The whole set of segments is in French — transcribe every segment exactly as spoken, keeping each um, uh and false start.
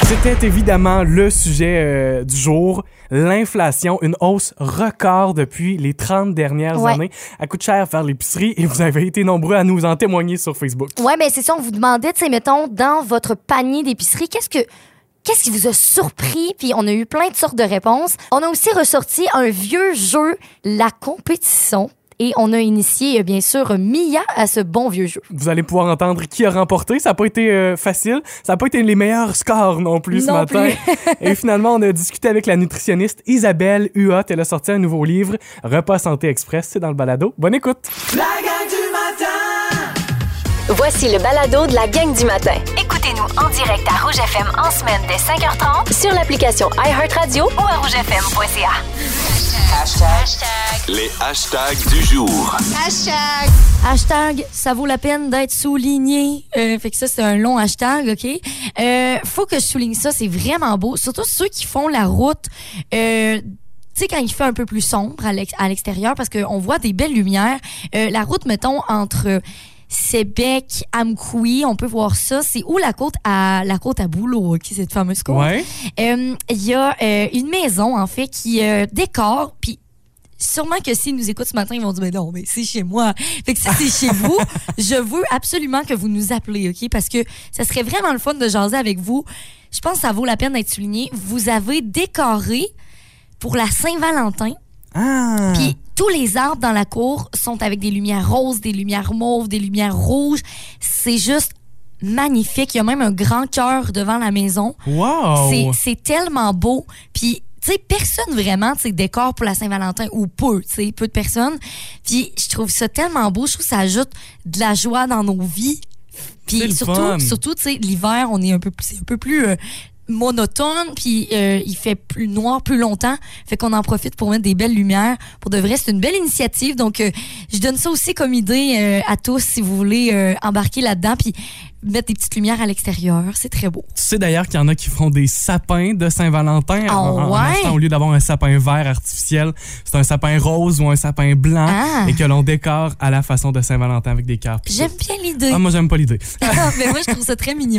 C'était évidemment le sujet euh, du jour, l'inflation, une hausse record depuis les trente dernières ouais. années. Elle coûte cher à faire l'épicerie et vous avez été nombreux à nous en témoigner sur Facebook. Ouais, ben c'est ça, on vous demandait, tu sais, mettons, dans votre panier d'épicerie, qu'est-ce que... Qu'est-ce qui vous a surpris? Puis on a eu plein de sortes de réponses. On a aussi ressorti un vieux jeu, La Compétition. Et on a initié, bien sûr, Mia à ce bon vieux jeu. Vous allez pouvoir entendre qui a remporté. Ça n'a pas été euh, facile. Ça n'a pas été les meilleurs scores non plus ce non matin. Plus. Et finalement, on a discuté avec la nutritionniste Isabelle Huot. Elle a sorti un nouveau livre, Repas Santé Express. C'est dans le balado. Bonne écoute! La gang du matin! Voici le balado de la gang du matin. Écoutez-nous en direct à Rouge F M en semaine dès cinq heures trente sur l'application iHeartRadio ou à rouge f m point c a. Hashtag. Hashtag. Les hashtags du jour. Hashtag. Hashtag, ça vaut la peine d'être souligné. Euh, fait que ça, c'est un long hashtag, OK? Euh, faut que je souligne ça, c'est vraiment beau. Surtout ceux qui font la route... Euh, tu sais, quand il fait un peu plus sombre à, l'ex- à l'extérieur, parce qu'on voit des belles lumières. Euh, la route, mettons, entre... Sébec, Amkoui, on peut voir ça. C'est où la côte à la côte à Boulot, qui cette fameuse côte. Ouais. Il euh, y a euh, une maison en fait qui euh, décore, puis sûrement que s'ils nous écoutent ce matin, ils vont dire mais non, mais c'est chez moi. Fait que si c'est chez vous, je veux absolument que vous nous appelez, ok, parce que ça serait vraiment le fun de jaser avec vous. Je pense que ça vaut la peine d'être souligné. Vous avez décoré pour la Saint-Valentin. Ah. Puis tous les arbres dans la cour sont avec des lumières roses, des lumières mauves, des lumières rouges. C'est juste magnifique. Il y a même un grand cœur devant la maison. Wow! C'est, c'est tellement beau. Puis, tu sais, personne vraiment, tu sais, décore pour la Saint-Valentin ou peu, tu sais, peu de personnes. Puis, je trouve ça tellement beau. Je trouve que ça ajoute de la joie dans nos vies. Puis, surtout, surtout, tu sais, l'hiver, on est un peu plus, c'est un peu plus... Euh, monotone, puis euh, il fait plus noir plus longtemps, fait qu'on en profite pour mettre des belles lumières. Pour de vrai, c'est une belle initiative, donc euh, je donne ça aussi comme idée euh, à tous si vous voulez euh, embarquer là-dedans, puis mettre des petites lumières à l'extérieur, c'est très beau. Tu sais d'ailleurs qu'il y en a qui font des sapins de Saint-Valentin. Oh, en, en ouais? achetant, au lieu d'avoir un sapin vert artificiel, c'est un sapin rose ou un sapin blanc ah. et que l'on décore à la façon de Saint-Valentin avec des cœurs. J'aime bien l'idée. Ah, moi, j'aime pas l'idée. Mais moi, je trouve ça très mignon.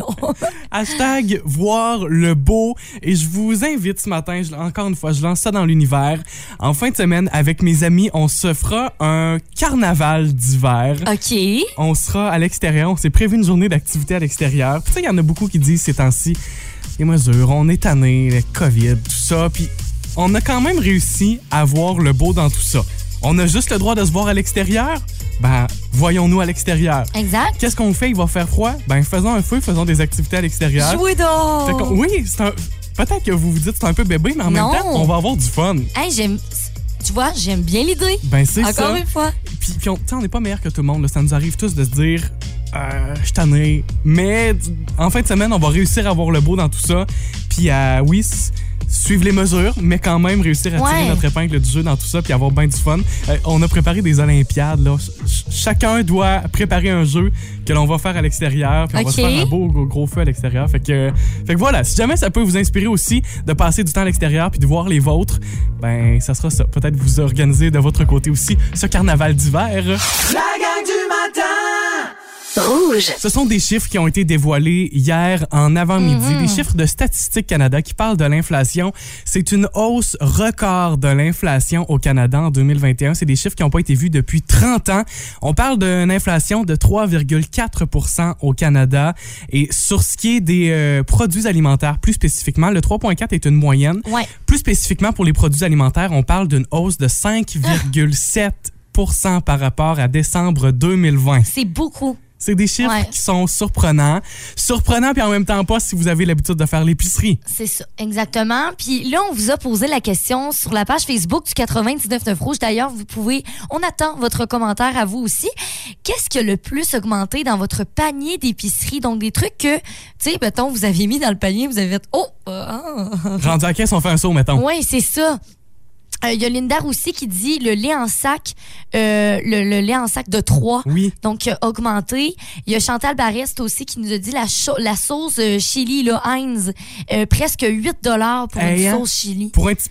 Hashtag voir le beau. Et je vous invite ce matin, je, encore une fois, je lance ça dans l'univers. En fin de semaine, avec mes amis, on se fera un carnaval d'hiver. OK. On sera à l'extérieur. On s'est prévu une journée d'activité à l'extérieur. Tu sais, il y en a beaucoup qui disent ces temps-ci, les mesures, on est tanné, le COVID, tout ça. Puis on a quand même réussi à voir le beau dans tout ça. On a juste le droit de se voir à l'extérieur. Ben, voyons-nous à l'extérieur. Exact. Qu'est-ce qu'on fait? Il va faire froid? Ben, faisons un feu, faisons des activités à l'extérieur. Jouez donc! Oui, c'est un... peut-être que vous vous dites c'est un peu bébé, mais en non. même temps, on va avoir du fun. Hey, j'aime... Tu vois, j'aime bien l'idée. Ben, c'est Encore ça. une fois. Puis, puis on, on n'est pas meilleur que tout le monde. Là. Ça nous arrive tous de se dire, euh, je suis tanné. Mais en fin de semaine, on va réussir à avoir le beau dans tout ça. Puis, euh, oui, suivre les mesures, mais quand même réussir à tirer ouais. notre épingle du jeu dans tout ça puis avoir bien du fun. Euh, on a préparé des Olympiades. Là. Ch- chacun doit préparer un jeu que l'on va faire à l'extérieur. Puis on okay. va se faire un beau gros, gros feu à l'extérieur. Fait que, fait que voilà, si jamais ça peut vous inspirer aussi de passer du temps à l'extérieur puis de voir les vôtres, ben ça sera ça. Peut-être vous organiser de votre côté aussi ce carnaval d'hiver. La gang du matin! Rouge. Ce sont des chiffres qui ont été dévoilés hier en avant-midi, mm-hmm. des chiffres de Statistique Canada qui parlent de l'inflation. C'est une hausse record de l'inflation au Canada en deux mille vingt et un. C'est des chiffres qui n'ont pas été vus depuis trente ans. On parle d'une inflation de trois virgule quatre pour cent au Canada. Et sur ce qui est des euh, produits alimentaires, plus spécifiquement, le trois virgule quatre est une moyenne. Ouais. Plus spécifiquement pour les produits alimentaires, on parle d'une hausse de cinq virgule sept pour cent par rapport à décembre deux mille vingt. C'est beaucoup. C'est des chiffres ouais. qui sont surprenants. Surprenants, puis en même temps pas si vous avez l'habitude de faire l'épicerie. C'est ça, exactement. Puis là, on vous a posé la question sur la page Facebook du quatre-vingt-dix-neuf neuf Rouge. D'ailleurs, vous pouvez, on attend votre commentaire à vous aussi. Qu'est-ce qui a le plus augmenté dans votre panier d'épicerie? Donc, des trucs que, tu sais, mettons, vous aviez mis dans le panier, vous avez fait, oh! Euh, Rendu à la caisse, on fait un saut, mettons. Oui, c'est ça. Il euh, y a Linda aussi qui dit le lait en sac, euh, le, le lait en sac de trois, oui. donc euh, augmenté. Il y a Chantal Barreste aussi qui nous a dit la, cho- la sauce euh, chili, là, Heinz, euh, presque huit dollars pour hey, une sauce chili. Pour un petit pot.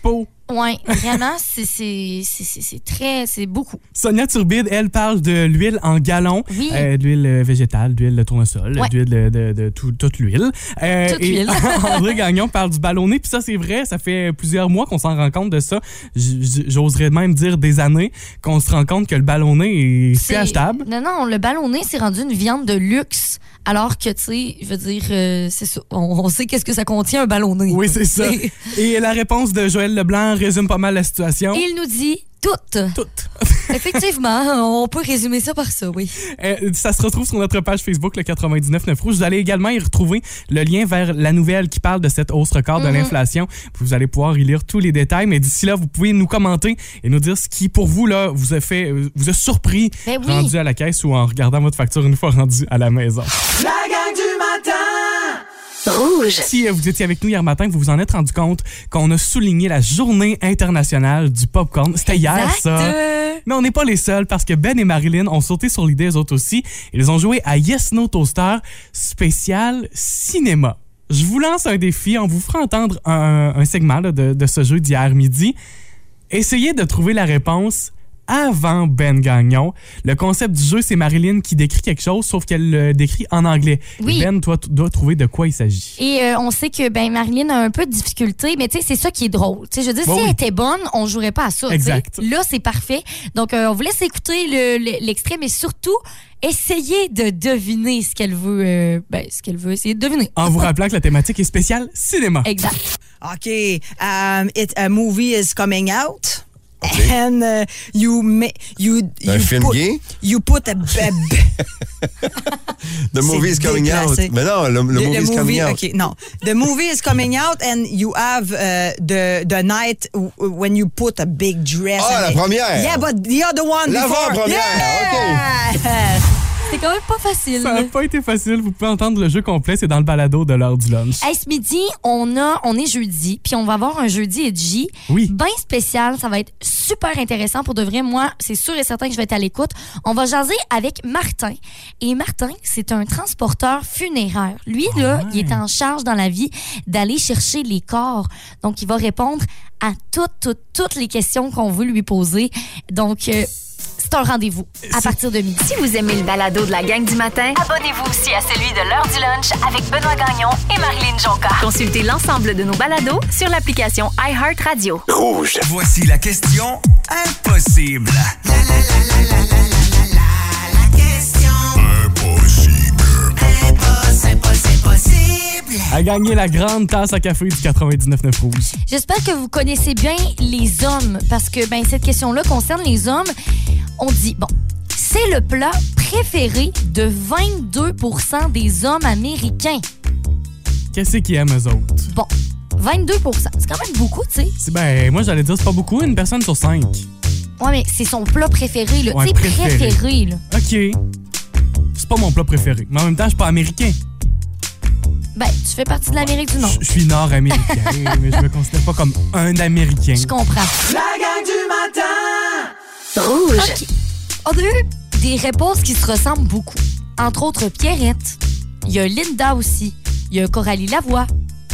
Ouais, vraiment, c'est, c'est, c'est, c'est, c'est très, c'est beaucoup. Sonia Turbide, elle parle de l'huile en gallon, Oui. euh, de l'huile végétale, d'huile de tournesol, Ouais. d'huile de, de, de tout- toute l'huile. Euh, Toute et l'huile. André Gagnon parle du ballonné, puis ça c'est vrai, ça fait plusieurs mois qu'on s'en rend compte de ça. J- j- J'oserais même dire des années qu'on se rend compte que le ballonné est C'est- plus achetable. Non, non, le ballonné, c'est rendu une viande de luxe. Alors que, tu sais, je veux dire, euh, c'est ça. On, on sait qu'est-ce que ça contient, un ballonné. Oui, c'est ça. C'est- Et la réponse de Joël Leblanc résume pas mal la situation. Il nous dit tout. Toutes. Effectivement, on peut résumer ça par ça, oui. Euh, ça se retrouve sur notre page Facebook, le quatre-vingt-dix-neuf neuf Rouge. Vous allez également y retrouver le lien vers la nouvelle qui parle de cette hausse record de Mhm. l'inflation. Vous allez pouvoir y lire tous les détails, mais d'ici là, vous pouvez nous commenter et nous dire ce qui, pour vous, là, vous a fait, euh, vous a surpris Ben oui. rendu à la caisse ou en regardant votre facture une fois rendu à la maison. La gang du matin! Rouge. Si euh, vous étiez avec nous hier matin, vous vous en êtes rendu compte qu'on a souligné la journée internationale du popcorn. C'était hier, Exact. ça. Mais on n'est pas les seuls parce que Ben et Marilyn ont sauté sur l'idée, eux autres aussi. Ils ont joué à Yes No Toaster spécial cinéma. Je vous lance un défi. On vous fera entendre un, un segment là, de, de ce jeu d'hier midi. Essayez de trouver la réponse avant Ben Gagnon. Le concept du jeu, c'est Marilyn qui décrit quelque chose, sauf qu'elle le décrit en anglais. Oui. Et Ben, toi, tu dois trouver de quoi il s'agit. Et euh, on sait que ben Marilyn a un peu de difficulté, mais tu sais, c'est ça qui est drôle. Tu sais, je veux dire, Bon, si oui. elle était bonne, on jouerait pas à ça. tu sais. Exact. Là, c'est parfait. Donc, euh, on vous laisse écouter le- le- l'extrait, mais surtout, essayez de deviner ce qu'elle veut. euh, ben, ce qu'elle veut essayer de deviner. En vous rappelant que la thématique est spéciale cinéma. Exact. Okay, um, it a movie is coming out, and uh, you ma- you you Un film put, gay? you put a, a b- The movie is C'est coming out. déclassé. Mais non, le, le the, movie the is coming out. Okay, no, the movie is coming out, and you have uh, the the night w- when you put a big dress. Ah, and la it- première. Yeah, but the other one before. L'avant-première, Yeah! C'est quand même pas facile. Ça n'a pas été facile. Vous pouvez entendre le jeu complet. C'est dans le balado de l'heure du lunch. Hey, ce midi, on a, on est jeudi, puis on va avoir un jeudi edgy. Oui. Bien spécial, ça va être super intéressant pour de vrai. Moi, c'est sûr et certain que je vais être à l'écoute. On va jaser avec Martin. Et Martin, c'est un transporteur funéraire. Lui, là, ouais. il est en charge dans la vie d'aller chercher les corps. Donc, il va répondre à toutes, toutes, toutes les questions qu'on veut lui poser. Donc, euh, c'est un rendez-vous à partir de midi. Si vous aimez le balado de la gang du matin, abonnez-vous aussi à celui de l'heure du lunch avec Benoît Gagnon et Marilyn Jonca. Consultez l'ensemble de nos balados sur l'application iHeartRadio. Rouge. Voici la question impossible. À gagner la grande tasse à café du quatre-vingt-dix-neuf neuf Rouge. J'espère que vous connaissez bien les hommes, parce que ben, cette question-là concerne les hommes. On dit, bon, c'est le plat préféré de vingt-deux pour cent des hommes américains. Qu'est-ce qu'ils aiment, eux autres? Bon, vingt-deux pour cent, c'est quand même beaucoup, tu sais. C'est ben, moi, j'allais dire, c'est pas beaucoup, une personne sur cinq. Ouais, mais c'est son plat préféré, là. Ouais, tu sais, préféré. préféré, là. OK. C'est pas mon plat préféré. Mais en même temps, je suis pas américain. Ben, tu fais partie de l'Amérique du Nord. Je je suis nord-américain, mais je me considère pas comme un Américain. Je comprends. La gang du matin! Rouge. OK. On a eu des réponses qui se ressemblent beaucoup. Entre autres, Pierrette. Il y a Linda aussi. Il y a Coralie Lavoie.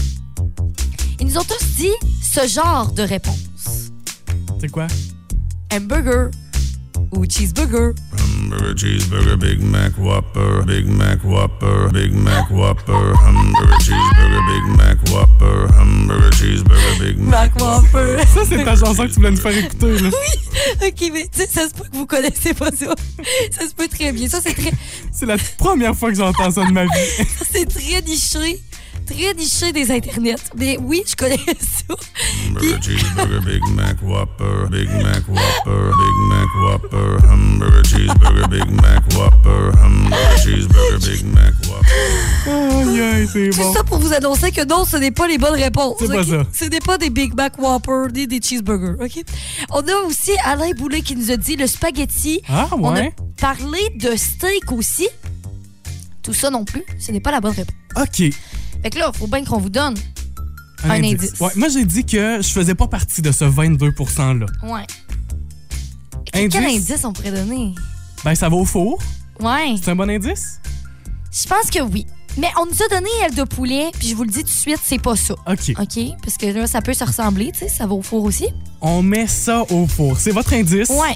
Ils nous ont tous dit ce genre de réponse. C'est quoi? Hamburger ou cheeseburger. Hamburger, cheeseburger, Big Mac Whopper, Big Mac Whopper, Big Mac Whopper, hamburger, cheeseburger, Big Mac Whopper, hamburger, cheeseburger, Big Mac Whopper. Ça, c'est ta chanson que tu voulais nous faire écouter, là. OK, mais tu sais, ça se peut que vous connaissez pas ça. Ça se peut très bien. Ça, c'est très, C'est la première fois que j'entends ça de ma vie. c'est très niché. Très niché des internets. Mais oui, je connais ça. Hamburger, cheeseburger, Big Mac Whopper, Big Mac Whopper, Big Mac Whopper, hamburger, cheeseburger, Big Mac Whopper, hamburger, cheeseburger, Big Mac Whopper. Aïe, aïe, c'est Tout bon. ça pour vous annoncer que non, ce n'est pas les bonnes réponses. C'est pas OK? ça. Ce n'est pas des Big Mac Whopper ni des cheeseburgers. OK? On a aussi Alain Boulet qui nous a dit le spaghetti. Ah, On a ouais? parlé de steak aussi. Tout ça non plus, ce n'est pas la bonne réponse. OK. Fait que là, il faut bien qu'on vous donne un, indice. Ouais, moi, j'ai dit que je faisais pas partie de ce vingt-deux pour cent-là. Ouais. Quel Indice? indice on pourrait donner? Ben, ça va au four. Ouais. C'est un bon indice? Je pense que oui. Mais on nous a donné aile de poulet, puis je vous le dis tout de suite, c'est pas ça. OK. OK? Parce que là, ça peut se ressembler, tu sais, ça va au four aussi. On met ça au four. C'est votre indice? Ouais.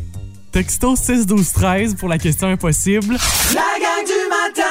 Texto six douze treize pour la question impossible. La gang du matin!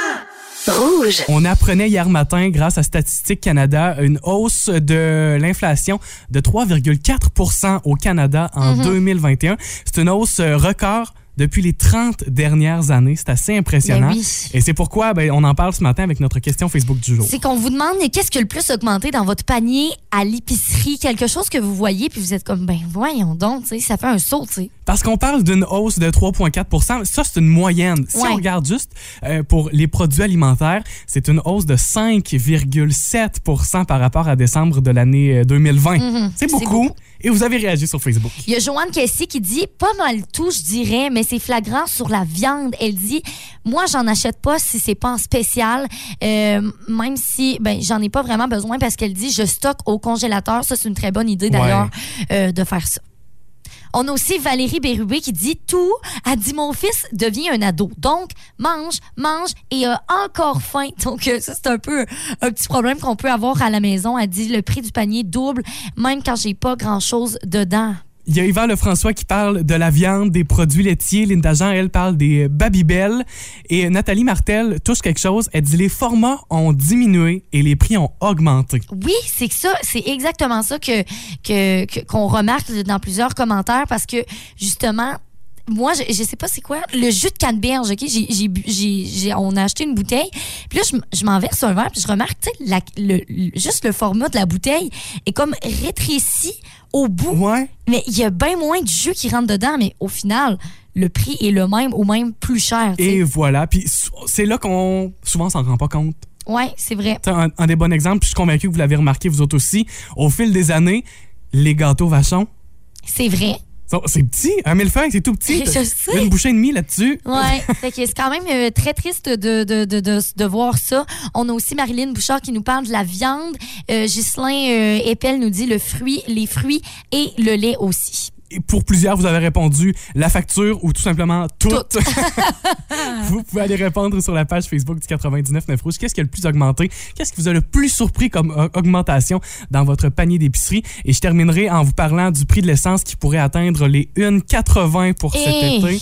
Rouge. On apprenait hier matin, grâce à Statistique Canada, une hausse de l'inflation de trois virgule quatre pour cent au Canada en Mm-hmm. deux mille vingt et un. C'est une hausse record depuis les trente dernières années. C'est assez impressionnant. Ben oui. Et c'est pourquoi ben, on en parle ce matin avec notre question Facebook du jour. C'est qu'on vous demande qu'est-ce qui a le plus augmenté dans votre panier à l'épicerie, quelque chose que vous voyez, puis vous êtes comme, ben voyons donc, tu sais, ça fait un saut, tu sais. Parce qu'on parle d'une hausse de trois virgule quatre pour cent. Ça, c'est une moyenne. Si Ouais. on regarde juste euh, pour les produits alimentaires, c'est une hausse de cinq virgule sept pour cent par rapport à décembre de l'année euh, deux mille vingt. Mm-hmm. C'est C'est beaucoup. beaucoup. Et vous avez réagi sur Facebook. Il y a Joanne Kessy qui dit pas mal tout, je dirais, mais c'est flagrant sur la viande. Elle dit moi, j'en achète pas si c'est pas en spécial, euh, même si ben j'en ai pas vraiment besoin parce qu'elle dit je stocke au congélateur. Ça, c'est une très bonne idée d'ailleurs euh, de faire ça. On a aussi Valérie Bérubé qui dit tout. Elle dit mon fils devient un ado. Donc, mange, mange et a encore faim. Donc, euh, ça, c'est un peu un petit problème qu'on peut avoir à la maison. Elle dit le prix du panier double, même quand j'ai pas grand-chose dedans. Il y a Yvan Lefrançois qui parle de la viande, des produits laitiers. Linda Jean, elle, parle des Babybel. Et Nathalie Martel touche quelque chose. Elle dit les formats ont diminué et les prix ont augmenté. Oui, c'est que ça, c'est exactement ça que, que, que- qu'on remarque dans plusieurs commentaires parce que, justement, moi, je, je sais pas c'est quoi, le jus de canneberge, OK? J'ai, j'ai, bu- j'ai, j'ai- on a acheté une bouteille, puis là, je, m- je m'en verse un verre, puis je remarque, tu sais, la- le, le- juste le format de la bouteille est comme rétréci au bout. Ouais. Mais il y a bien moins de jus qui rentre dedans, mais au final, le prix est le même ou même plus cher, tu sais. Et voilà. Puis c'est là qu'on souvent on s'en rend pas compte. Ouais, c'est vrai. T'sais, Un, un des bons exemples, puis je suis convaincu que vous l'avez remarqué vous autres aussi, au fil des années, les gâteaux Vachon, C'est vrai. sont- c'est petit. Un millefeuille, c'est tout petit. Je T'as- sais. t'as une bouchée et demie là-dessus. Ouais, fait que c'est quand même euh, très triste de, de, de, de, de voir ça. On a aussi Marilyn Bouchard qui nous parle de la viande. Euh, Ghislain euh, Epel nous dit le fruit, les fruits et le lait aussi. Et pour plusieurs, vous avez répondu la facture ou tout simplement tout. Tout. Vous pouvez aller répondre sur la page Facebook du quatre-vingt-dix-neuf neuf Rouge. Qu'est-ce qui a le plus augmenté? Qu'est-ce qui vous a le plus surpris comme euh, augmentation dans votre panier d'épicerie? Et je terminerai en vous parlant du prix de l'essence qui pourrait atteindre les un virgule quatre-vingts pour cet Hey. été.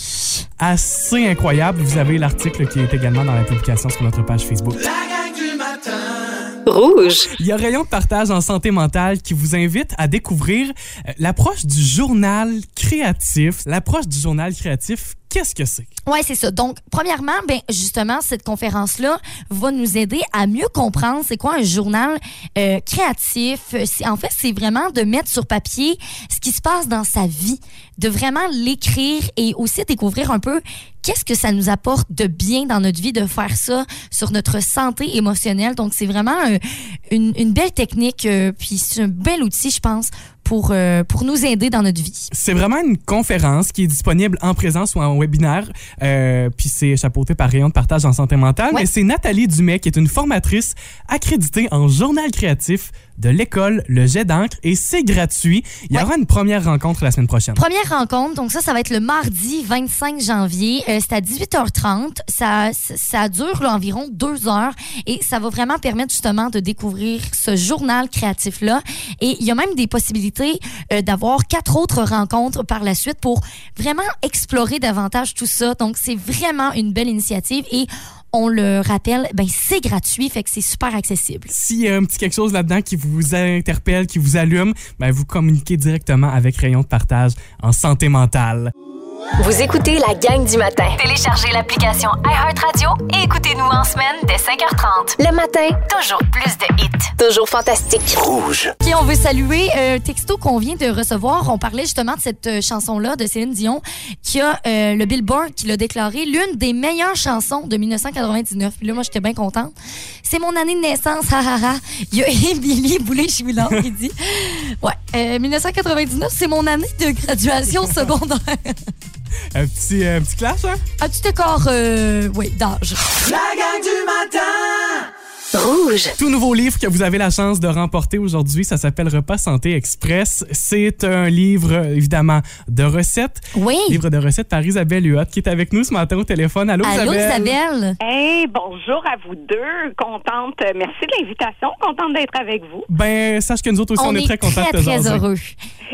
Assez incroyable. Vous avez l'article qui est également dans la publication sur notre page Facebook. La gang du matin! Rouge. Il y a Rayon de partage en santé mentale qui vous invite à découvrir euh, l'approche du journal créatif. L'approche du journal créatif, qu'est-ce que c'est? Ouais, c'est ça. Donc, premièrement, ben justement, cette conférence-là va nous aider à mieux comprendre c'est quoi un journal euh, créatif. C'est, en fait, c'est vraiment de mettre sur papier ce qui se passe dans sa vie, de vraiment l'écrire et aussi découvrir un peu qu'est-ce que ça nous apporte de bien dans notre vie de faire ça sur notre santé émotionnelle. Donc, c'est vraiment euh, une, une belle technique, euh, puis c'est un bel outil, je pense, pour, euh, pour nous aider dans notre vie. C'est vraiment une conférence qui est disponible en présence ou en webinaire. Euh, puis c'est chapeauté par Rayon de partage en santé mentale. Ouais. Mais c'est Nathalie Dumais qui est une formatrice accréditée en journal créatif de l'école Le Jet d'encre et c'est gratuit. Il y Ouais. aura une première rencontre la semaine prochaine. Première rencontre, donc ça, ça va être le mardi vingt-cinq janvier. Euh, c'est à dix-huit heures trente. Ça, ça, ça dure là, environ deux heures et ça va vraiment permettre justement de découvrir ce journal créatif-là. Et il y a même des possibilités euh, d'avoir quatre autres rencontres par la suite pour vraiment explorer davantage tout ça. Donc, c'est vraiment une belle initiative et on le rappelle, ben c'est gratuit, fait que c'est super accessible. S'il y a un petit quelque chose là-dedans qui vous interpelle, qui vous allume, ben vous communiquez directement avec Rayon de partage en santé mentale. Vous écoutez la gang du matin. Téléchargez l'application iHeartRadio et écoutez-nous en semaine dès cinq heures trente. Le matin, toujours plus de hits. Toujours fantastique. Rouge. OK, on veut saluer un euh, texto qu'on vient de recevoir. On parlait justement de cette euh, chanson-là de Céline Dion qui a euh, le Billboard qui l'a déclaré l'une des meilleures chansons de dix-neuf cent quatre-vingt-dix-neuf. Puis là, moi, j'étais bien contente. C'est mon année de naissance, ha ha ha. Il y a Émilie Boulay-Chouillard qui dit ouais, euh, dix-neuf cent quatre-vingt-dix-neuf, c'est mon année de graduation secondaire. Un petit, euh, petit clash, hein? Un petit écart, euh, oui, d'âge. La gang du matin! Rouge. Tout nouveau livre que vous avez la chance de remporter aujourd'hui, ça s'appelle Repas Santé Express. C'est un livre, évidemment, de recettes. Oui. Livre de recettes par Isabelle Huot, qui est avec nous ce matin au téléphone. Allô, Allô, Isabelle? Isabelle. Hey, bonjour à vous deux. Contente, merci de l'invitation. Contente d'être avec vous. Ben, sache que nous autres aussi, on, on est, est très contents très, de te très jaser. heureux.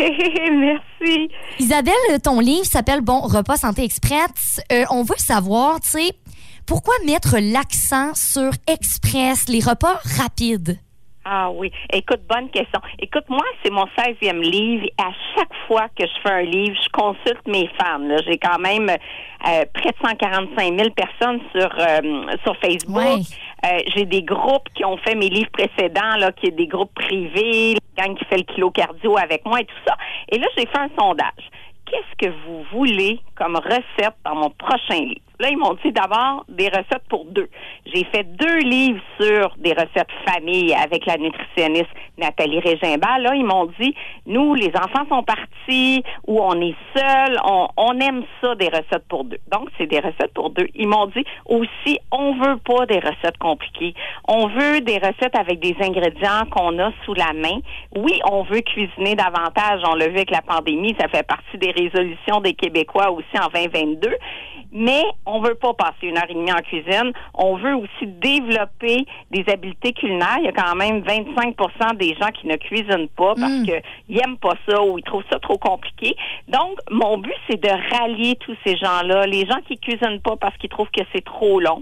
Merci. Isabelle, ton livre s'appelle, bon, Repas Santé Express. Euh, on veut savoir, tu sais, pourquoi mettre l'accent sur express, les repas rapides? Ah oui. Écoute, bonne question. Écoute, moi, c'est mon seizième livre. Et à chaque fois que je fais un livre, je consulte mes fans. Là. J'ai quand même euh, près de cent quarante-cinq mille personnes sur, euh, sur Facebook. Ouais. Euh, j'ai des groupes qui ont fait mes livres précédents, là, qui est des groupes privés, la gang qui fait le kilo cardio avec moi et tout ça. Et là, j'ai fait un sondage. Qu'est-ce que vous voulez comme recette dans mon prochain livre? Là, ils m'ont dit d'abord des recettes pour deux. J'ai fait deux livres sur des recettes famille avec la nutritionniste Nathalie Régimbal. Là, ils m'ont dit, nous, les enfants sont partis ou on est seuls, on, on aime ça, des recettes pour deux. Donc, c'est des recettes pour deux. Ils m'ont dit aussi, on veut pas des recettes compliquées. On veut des recettes avec des ingrédients qu'on a sous la main. Oui, on veut cuisiner davantage. On l'a vu avec la pandémie, ça fait partie des résolutions des Québécois aussi en vingt vingt-deux. Mais on veut pas passer une heure et demie en cuisine. On veut aussi développer des habiletés culinaires. Il y a quand même vingt-cinq pour cent des gens qui ne cuisinent pas parce Mm. qu'ils aiment pas ça ou ils trouvent ça trop compliqué. Donc, mon but, c'est de rallier tous ces gens-là. Les gens qui cuisinent pas parce qu'ils trouvent que c'est trop long.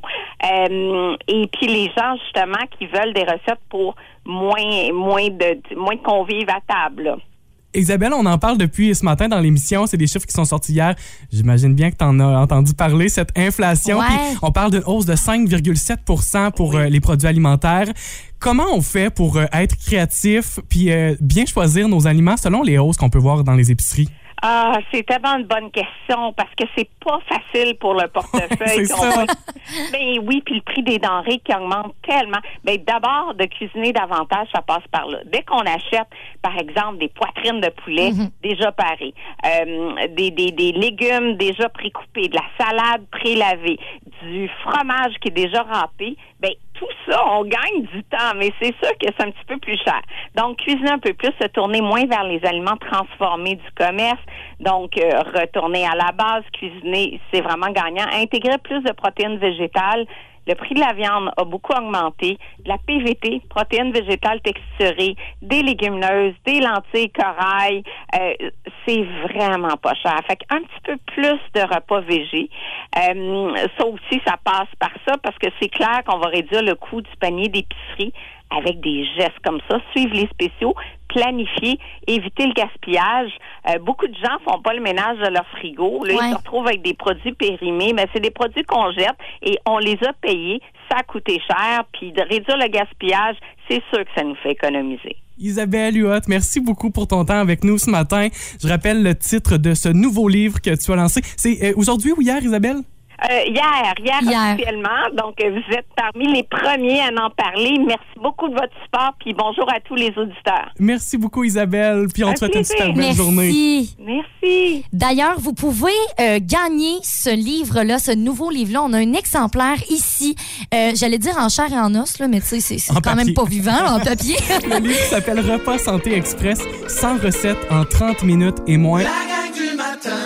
Euh, et puis les gens, justement, qui veulent des recettes pour moins, moins de, moins de convives à table, là. Isabelle, on en parle depuis ce matin dans l'émission. C'est des chiffres qui sont sortis hier. J'imagine bien que tu en as entendu parler, cette inflation. Ouais. Puis on parle d'une hausse de cinq virgule sept pour cent pour Oui. euh, les produits alimentaires. Comment on fait pour euh, être créatif puis euh, bien choisir nos aliments selon les hausses qu'on peut voir dans les épiceries? Ah, c'est tellement une bonne question parce que c'est pas facile pour le portefeuille. C'est qu'on ça. va- Ben oui, puis le prix des denrées qui augmente tellement. Ben d'abord, de cuisiner davantage, ça passe par là. Dès qu'on achète, par exemple, des poitrines de poulet Mhm. déjà parées, euh, des, des, des légumes déjà pré-coupés, de la salade pré-lavée, du fromage qui est déjà râpé, ben tout ça, on gagne du temps, mais c'est sûr que c'est un petit peu plus cher. Donc, cuisiner un peu plus, se tourner moins vers les aliments transformés du commerce. Donc, euh, retourner à la base, cuisiner, c'est vraiment gagnant. Intégrer plus de protéines végétales. Le prix de la viande a beaucoup augmenté. De la P V T, protéines végétales texturées, des légumineuses, des lentilles, corail, euh, c'est vraiment pas cher. Fait qu'un petit peu plus de repas végés. Euh, ça aussi, ça passe par ça parce que c'est clair qu'on va réduire le coût du panier d'épicerie avec des gestes comme ça, suivre les spéciaux, planifier, éviter le gaspillage. Euh, beaucoup de gens font pas le ménage de leur frigo. Là, Ouais. ils se retrouvent avec des produits périmés, mais c'est des produits qu'on jette et on les a payés. Ça a coûté cher, puis de réduire le gaspillage, c'est sûr que ça nous fait économiser. Isabelle Huot, merci beaucoup pour ton temps avec nous ce matin. Je rappelle le titre de ce nouveau livre que tu as lancé. C'est euh, aujourd'hui ou hier, Isabelle? Euh, hier, hier, Hier. officiellement. Donc, euh, vous êtes parmi les premiers à en parler. Merci beaucoup de votre support, puis bonjour à tous les auditeurs. Merci beaucoup, Isabelle. Puis on Un te souhaite une plaisir. super belle journée. Merci. Merci. D'ailleurs, vous pouvez euh, gagner ce livre-là, ce nouveau livre-là. On a un exemplaire ici. Euh, J'allais dire en chair et en os, là, mais tu sais, c'est c'est En quand papier. même pas vivant, là, en papier. Le livre s'appelle Repas Santé Express, cent recettes en trente minutes et moins. La gang du matin.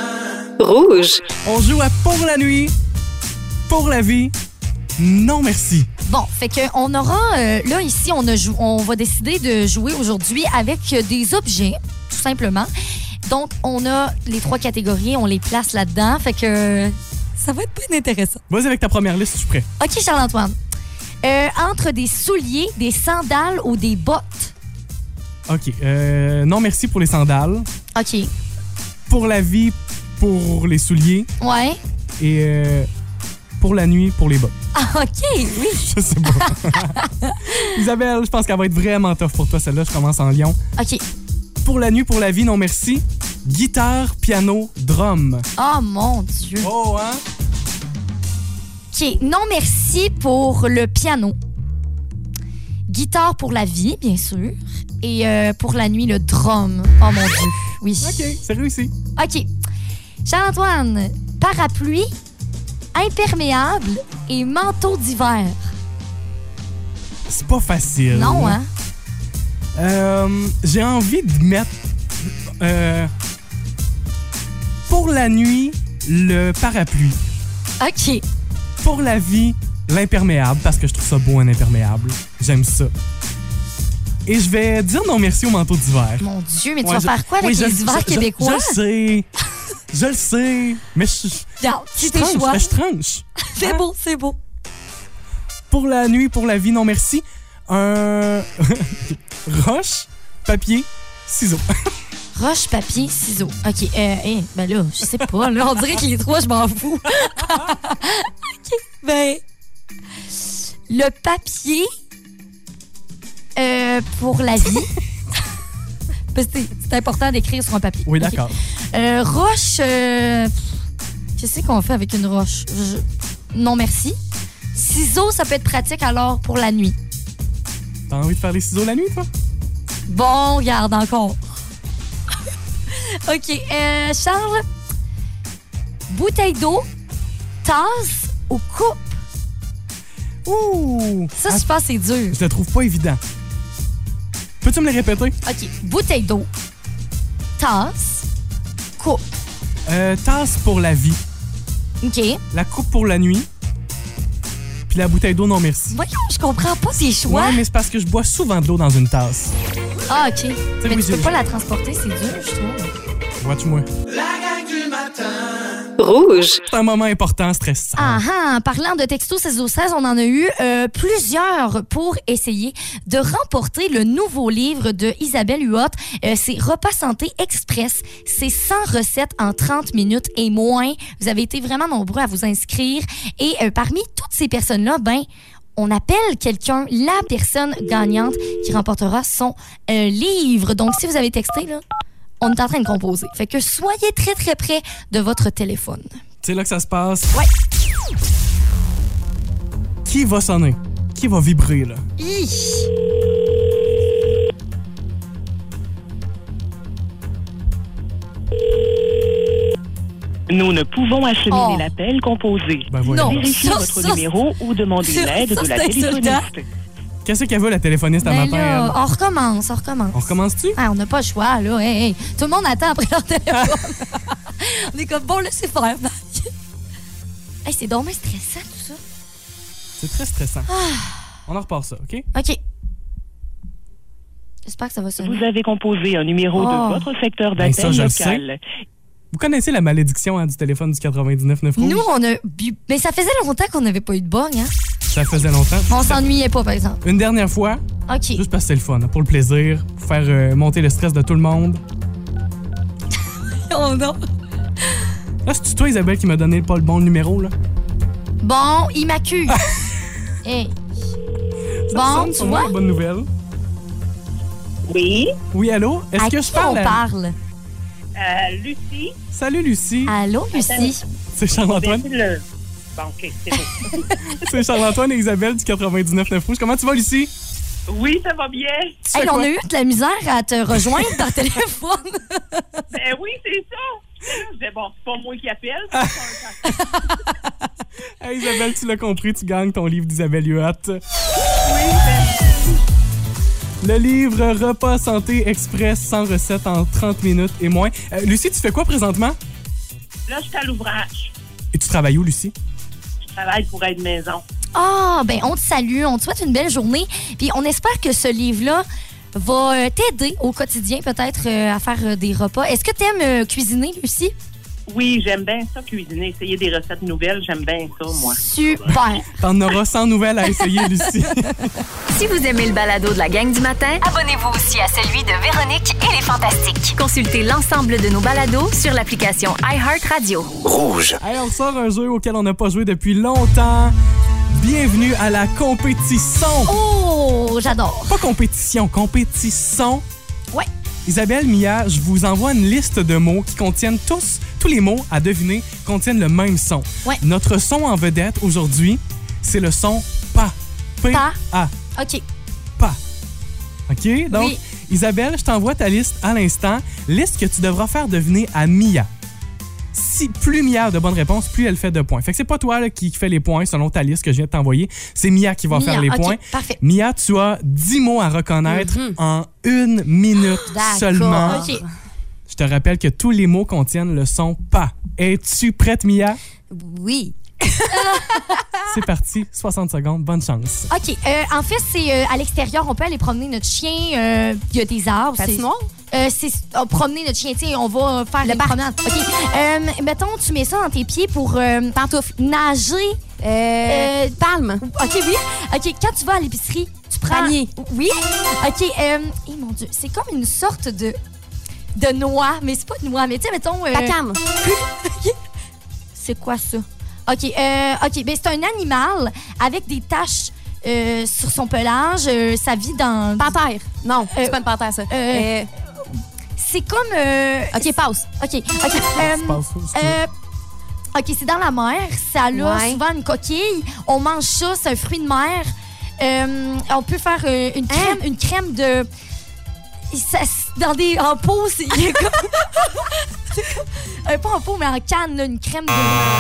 Rouge. On joue à Pour la nuit, pour la vie. Non, merci. Bon, fait que on aura euh, là ici on a jou- on va décider de jouer aujourd'hui avec euh, des objets tout simplement. Donc on a les trois catégories, on les place là-dedans, fait que euh, ça va être bien intéressant. Vas-y avec ta première liste, je suis prêt. OK Charles-Antoine. Euh, entre des souliers, des sandales ou des bottes. OK. Euh, non, merci pour les sandales. OK. Pour la vie, pour les souliers. Ouais. Et euh, pour la nuit, pour les bottes. Ah, OK, oui. Je sais pas. Isabelle, je pense qu'elle va être vraiment tough pour toi, celle-là. Je commence en Lyon. OK. Pour la nuit, pour la vie, non merci. Guitare, piano, drum. Oh mon Dieu. Oh, hein? OK, non merci pour le piano. Guitare pour la vie, bien sûr. Et euh, pour la nuit, le drum. Oh mon Dieu, oui. OK, c'est réussi. OK. Charles-Antoine, parapluie, imperméable et manteau d'hiver. C'est pas facile. Non, hein? Euh, j'ai envie de mettre... Euh, pour la nuit, le parapluie. OK. Pour la vie, l'imperméable, parce que je trouve ça beau, un imperméable. J'aime ça. Et je vais dire non merci au manteau d'hiver. Mon Dieu, mais tu Ouais, vas je- faire quoi avec oui, je- les hivers je- je- québécois? Je le sais. Je le sais. Mais je, Regarde, je c'est tes tranche, choix. mais je tranche. C'est Hein? beau, c'est beau. Pour la nuit, pour la vie, non merci. Un roche, papier, ciseaux. Roche, papier, ciseaux. OK, euh, hey, ben là, je sais pas. Là, on dirait que les trois, je m'en fous. OK, ben... Le papier euh, pour la vie. Parce que c'est c'est important d'écrire sur un papier. Oui, OK. d'accord. Euh, roche... euh, Qu'est-ce qu'on fait avec une roche? Je- Non, merci. Ciseaux, ça peut être pratique alors pour la nuit. T'as envie de faire les ciseaux la nuit, toi? Bon, regarde encore. OK. Euh, Charles, bouteille d'eau, tasse ou coupe? Ouh! Ça, je pense que c'est dur. Je le trouve pas évident. Peux-tu me les répéter? OK. Bouteille d'eau, tasse, coupe. Euh, tasse pour la vie, OK. la coupe pour la nuit, puis la bouteille d'eau, non merci. Voyons, je comprends pas tes choix. Ouais, mais c'est parce que je bois souvent de l'eau dans une tasse. Ah, OK. Mais oui, tu peux j'ai- pas la transporter, c'est dur, je trouve. Watch-moi. La gang du matin. Rouge. C'est un moment important, stressant. Ah ah, parlant de texto seize au seize, on en a eu euh, plusieurs pour essayer de remporter le nouveau livre de Isabelle Huot. Euh, c'est Repas Santé Express. C'est cent recettes en trente minutes et moins. Vous avez été vraiment nombreux à vous inscrire. Et euh, parmi toutes ces personnes-là, ben, on appelle quelqu'un, la personne gagnante qui remportera son euh, livre. Donc, si vous avez texté, là, on est en train de composer. Fait que soyez très, très près de votre téléphone. C'est là que ça se passe. Ouais. Qui va sonner? Qui va vibrer, là? Hi. Nous ne pouvons acheminer Oh. l'appel composé. Ben voilà. Non. Vérifiez Ça, votre ça, numéro ou demandez ça, l'aide ça, de la c'est téléphoniste. insultant. Qu'est-ce qu'elle veut, la téléphoniste, à Ben matin? là, elle? on recommence, on recommence. On recommence-tu? Ah, on n'a pas le choix, là. Hey, hey. Tout le monde attend après leur téléphone. On est comme, bon, laissez faire. Hey, c'est dommage stressant, tout ça. C'est très stressant. Ah. On en repart ça, OK? OK. J'espère que ça va sonner. Vous avez composé un numéro Oh. de votre secteur Ben, ça, d'appel je le local. Vous connaissez la malédiction hein, du téléphone du quatre-vingt-dix-neuf neuf rouge? Nous, on a bu... Mais ça faisait longtemps qu'on n'avait pas eu de bug, hein? Ça faisait longtemps. On s'ennuyait pas, par exemple. Une dernière fois, OK. juste parce que c'est le fun, hein, pour le plaisir, pour faire euh, monter le stress de tout le monde. Oh non. Là, c'est toi, Isabelle, qui m'a donné pas le bon numéro, là. Bon, il m'accuse. Hey. Ça Bon, sonne, tu pour moi, vois? une bonne nouvelle. Oui. Oui, allô? Est-ce À que qui je parle on à... parle? Euh, Lucie. Salut, Lucie. Allô, Lucie? C'est Charles-Antoine. Ben, le- Bon, OK, c'est beau. C'est Charles-Antoine et Isabelle du quatre-vingt-dix-neuf neuf rouge. Comment tu vas, Lucie? Oui, ça va bien. Tu fais Hey, quoi? on a eu de la misère à te rejoindre par téléphone. Ben oui, c'est ça. Je disais, bon, c'est pas moi qui appelle. c'est pas un- Hey, Isabelle, tu l'as compris, tu gagnes ton livre d'Isabelle Huot. Oui, ben, Le livre Repas Santé Express sans recettes en trente minutes et moins. Euh, Lucie, tu fais quoi présentement? là, je suis à l'ouvrage. Et tu travailles où, Lucie? Je travaille pour Aide Maison. Ah, ben on te salue, on te souhaite une belle journée. Puis on espère que ce livre-là va euh, t'aider au quotidien peut-être euh, à faire euh, des repas. Est-ce que tu aimes cuisiner, Lucie? Oui, j'aime bien ça, cuisiner. Essayer des recettes nouvelles, j'aime bien ça, moi. Super! T'en auras cent nouvelles à essayer, Lucie. Si vous aimez le balado de la gang du matin, abonnez-vous aussi à celui de Véronique et les Fantastiques. Consultez l'ensemble de nos balados sur l'application iHeartRadio. Rouge. Hey, on sort un jeu auquel on n'a pas joué depuis longtemps. Bienvenue à la compétition. Oh, j'adore. Pas compétition, compétition. Ouais. Isabelle, Mia, je vous envoie une liste de mots qui contiennent tous, tous les mots à deviner contiennent le même son. Ouais. Notre son en vedette aujourd'hui, c'est le son PA. Pa. P-A. OK. Pas. OK? Donc, Oui. Isabelle, je t'envoie ta liste à l'instant. Liste que tu devras faire deviner à Mia. Si plus Mia a de bonnes réponses, plus elle fait de points. Fait que c'est pas toi là, qui fait les points selon ta liste que je viens de t'envoyer. C'est Mia qui va Mia, faire les okay, points. Parfait. Mia, tu as dix mots à reconnaître Mm-hmm. en une minute seulement. OK. Je te rappelle que tous les mots contiennent le son pas. Es-tu prête, Mia? Oui. C'est parti, soixante secondes, bonne chance. OK. Euh, en fait, c'est euh, à l'extérieur, on peut aller promener notre chien. euh, Il y a des arbres. c'est- Patinoire? Euh, c'est euh, promener notre chien. Tu sais, on va faire Le une parc. promenade. OK. Euh, mettons, tu mets ça dans tes pieds pour euh, Pantoufle. nager. Euh, Euh, palme. OK, oui. OK, quand tu vas à l'épicerie, tu prends... Panier. Oui. OK. Euh, eh, mon Dieu, c'est comme une sorte de... de noix, mais c'est pas de noix, mais tu sais, mettons... euh, La canne. C'est quoi ça? OK, euh, OK, ben c'est un animal avec des taches euh, sur son pelage. Euh, ça vit dans... Panthère. Non, Euh, c'est pas une panthère, ça. euh, Euh, C'est comme... euh, OK, passe. OK, OK. euh, Tu passes où, si tu veux. euh, OK, c'est dans la mer. Ça a Ouais. souvent une coquille. On mange ça, c'est un fruit de mer. Euh, on peut faire euh, une crème, une crème de... Ça, c'est dans des... En pot, c'est... il y a comme- c'est comme- euh, pas en pot, mais en canne, là, une crème de...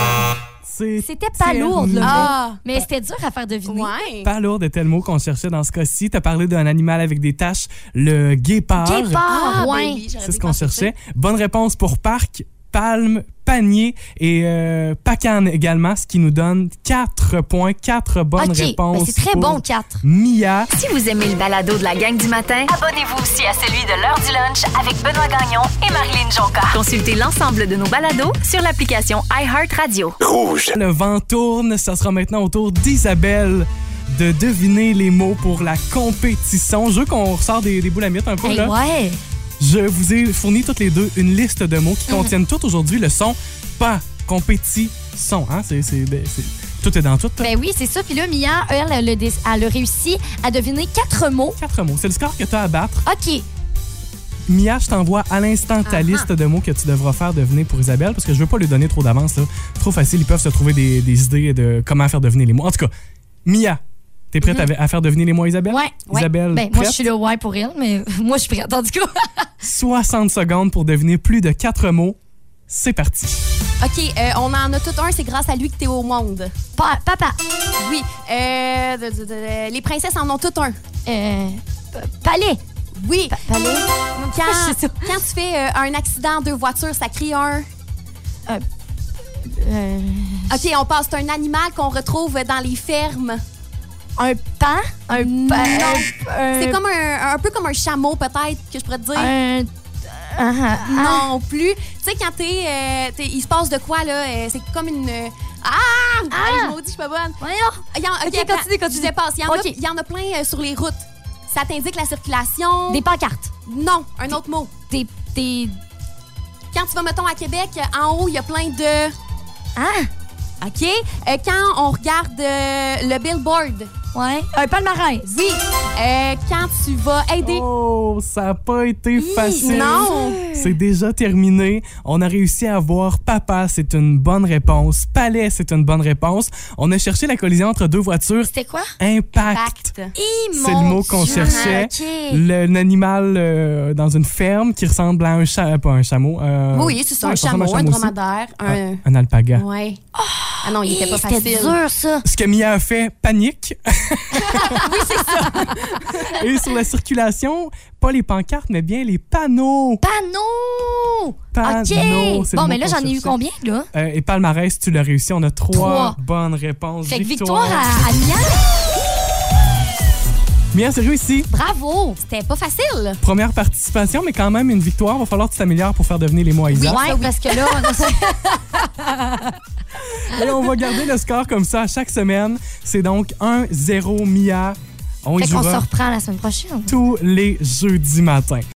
C'est C'était pas lourd, là. Ah. Mais c'était dur à faire deviner. Ouais. pas lourd était le mot qu'on cherchait dans ce cas-ci. Tu as parlé d'un animal avec des taches, le guépard. Guépard, Ah, ben ouais. oui, j'aurais C'est ce dû qu'on penser cherchait. Bonne réponse pour parc, palme, panier et euh, pacane également, ce qui nous donne quatre points, quatre bonnes OK, réponses. ben c'est très pour bon, quatre. Mia. Si vous aimez le balado de la gang du matin, abonnez-vous aussi à celui de l'heure du lunch avec Benoît Gagnon et Marilyn Jonca. Consultez l'ensemble de nos balados sur l'application iHeartRadio. Rouge. Le vent tourne. Ça sera maintenant au tour d'Isabelle de deviner les mots pour la compétition. Je veux qu'on ressort des, des boules à mythes un peu. Hey, là. ouais. Je vous ai fourni toutes les deux une liste de mots qui contiennent tout aujourd'hui le son pas compétition. Hein? C'est, c'est, ben, c'est- tout est dans tout. Ben oui, c'est ça. Puis là, Mia, elle, elle, a dé- elle a réussi à deviner quatre mots. Quatre mots. C'est le score que tu as à battre. OK. Mia, je t'envoie à l'instant ta Ah-ha. liste de mots que tu devras faire deviner pour Isabelle parce que je veux pas lui donner trop d'avance. Là. C'est trop facile. Ils peuvent se trouver des, des idées de comment faire deviner les mots. En tout cas, Mia, t'es prête à, à faire deviner les mots à Isabelle? Ouais. Isabelle, Ben, moi, prête? je suis le ouais pour elle, mais moi, je suis prête, en tout cas. soixante secondes pour deviner plus de quatre mots. C'est parti. OK, euh, on en a tout un, c'est grâce à lui que t'es au monde. Pa- papa. Oui. Euh, de- de- de- les princesses en ont tout un. Euh, pa- palais. Oui. Pa- palais. Quand, C'est ça. quand tu fais euh, un accident, deux voitures, ça crie un... Euh, OK, on passe. C'est un animal qu'on retrouve dans les fermes. un pan. Un Non. pa- un- C'est comme un, un peu comme un chameau, peut-être, que je pourrais te dire. Un... Ah, ah, ah. Non plus. Tu sais, quand t'es, euh, t'es- il se passe de quoi, là? euh, c'est comme une... euh, Ah! Hey, je maudis, je suis pas bonne. Voyons. Il y en, Ok, attends, continue, continue. Je dépasse. Il y en, Ok. a, il y en a plein euh, sur les routes. Ça t'indique la circulation. Des pancartes. Non, un autre mot. Des... Des... Quand tu vas, mettons, à Québec, en haut, il y a plein de... Ah! OK? Euh, quand on regarde euh, le billboard. Ouais. Un palmarès. Oui. Euh, quand tu vas aider... Oh, ça n'a pas été facile. non. C'est déjà terminé. On a réussi à avoir papa, c'est une bonne réponse. Palais, c'est une bonne réponse. On a cherché la collision entre deux voitures. C'était quoi? Impact. Impact. Hi, C'est le mot qu'on Dieu. cherchait. OK. Le- un animal euh, dans une ferme qui ressemble à un chameau. Pas un chameau. euh, Oui, c'est ça, ouais, un ça ressemble à chameau, un aussi. dromadaire, un... Un, un alpaga. Ouais. Ah non, il était Hi, pas C'était facile. dur, ça. Ce que Mia a fait, panique. Oui, c'est ça. Et sur la circulation, pas les pancartes, mais bien les panneaux. Panneau! Panneaux, OK. c'est le Bon, mot mais là, qu'on j'en ai eu cherchait. combien, là? Euh, et palmarès, tu l'as réussi. On a trois, Trois. bonnes réponses. Fait que victoire à, à Mia. Mia, c'est réussi. Bravo! C'était pas facile. Première participation, mais quand même une victoire. Va falloir que tu t'améliores pour faire devenir les mots à Isa. Ouais, parce que là, on a... Et on va garder le score comme ça chaque semaine. C'est donc un zéro Mia. On y Fait qu'on se jouera reprend la semaine prochaine. tous les jeudis matins.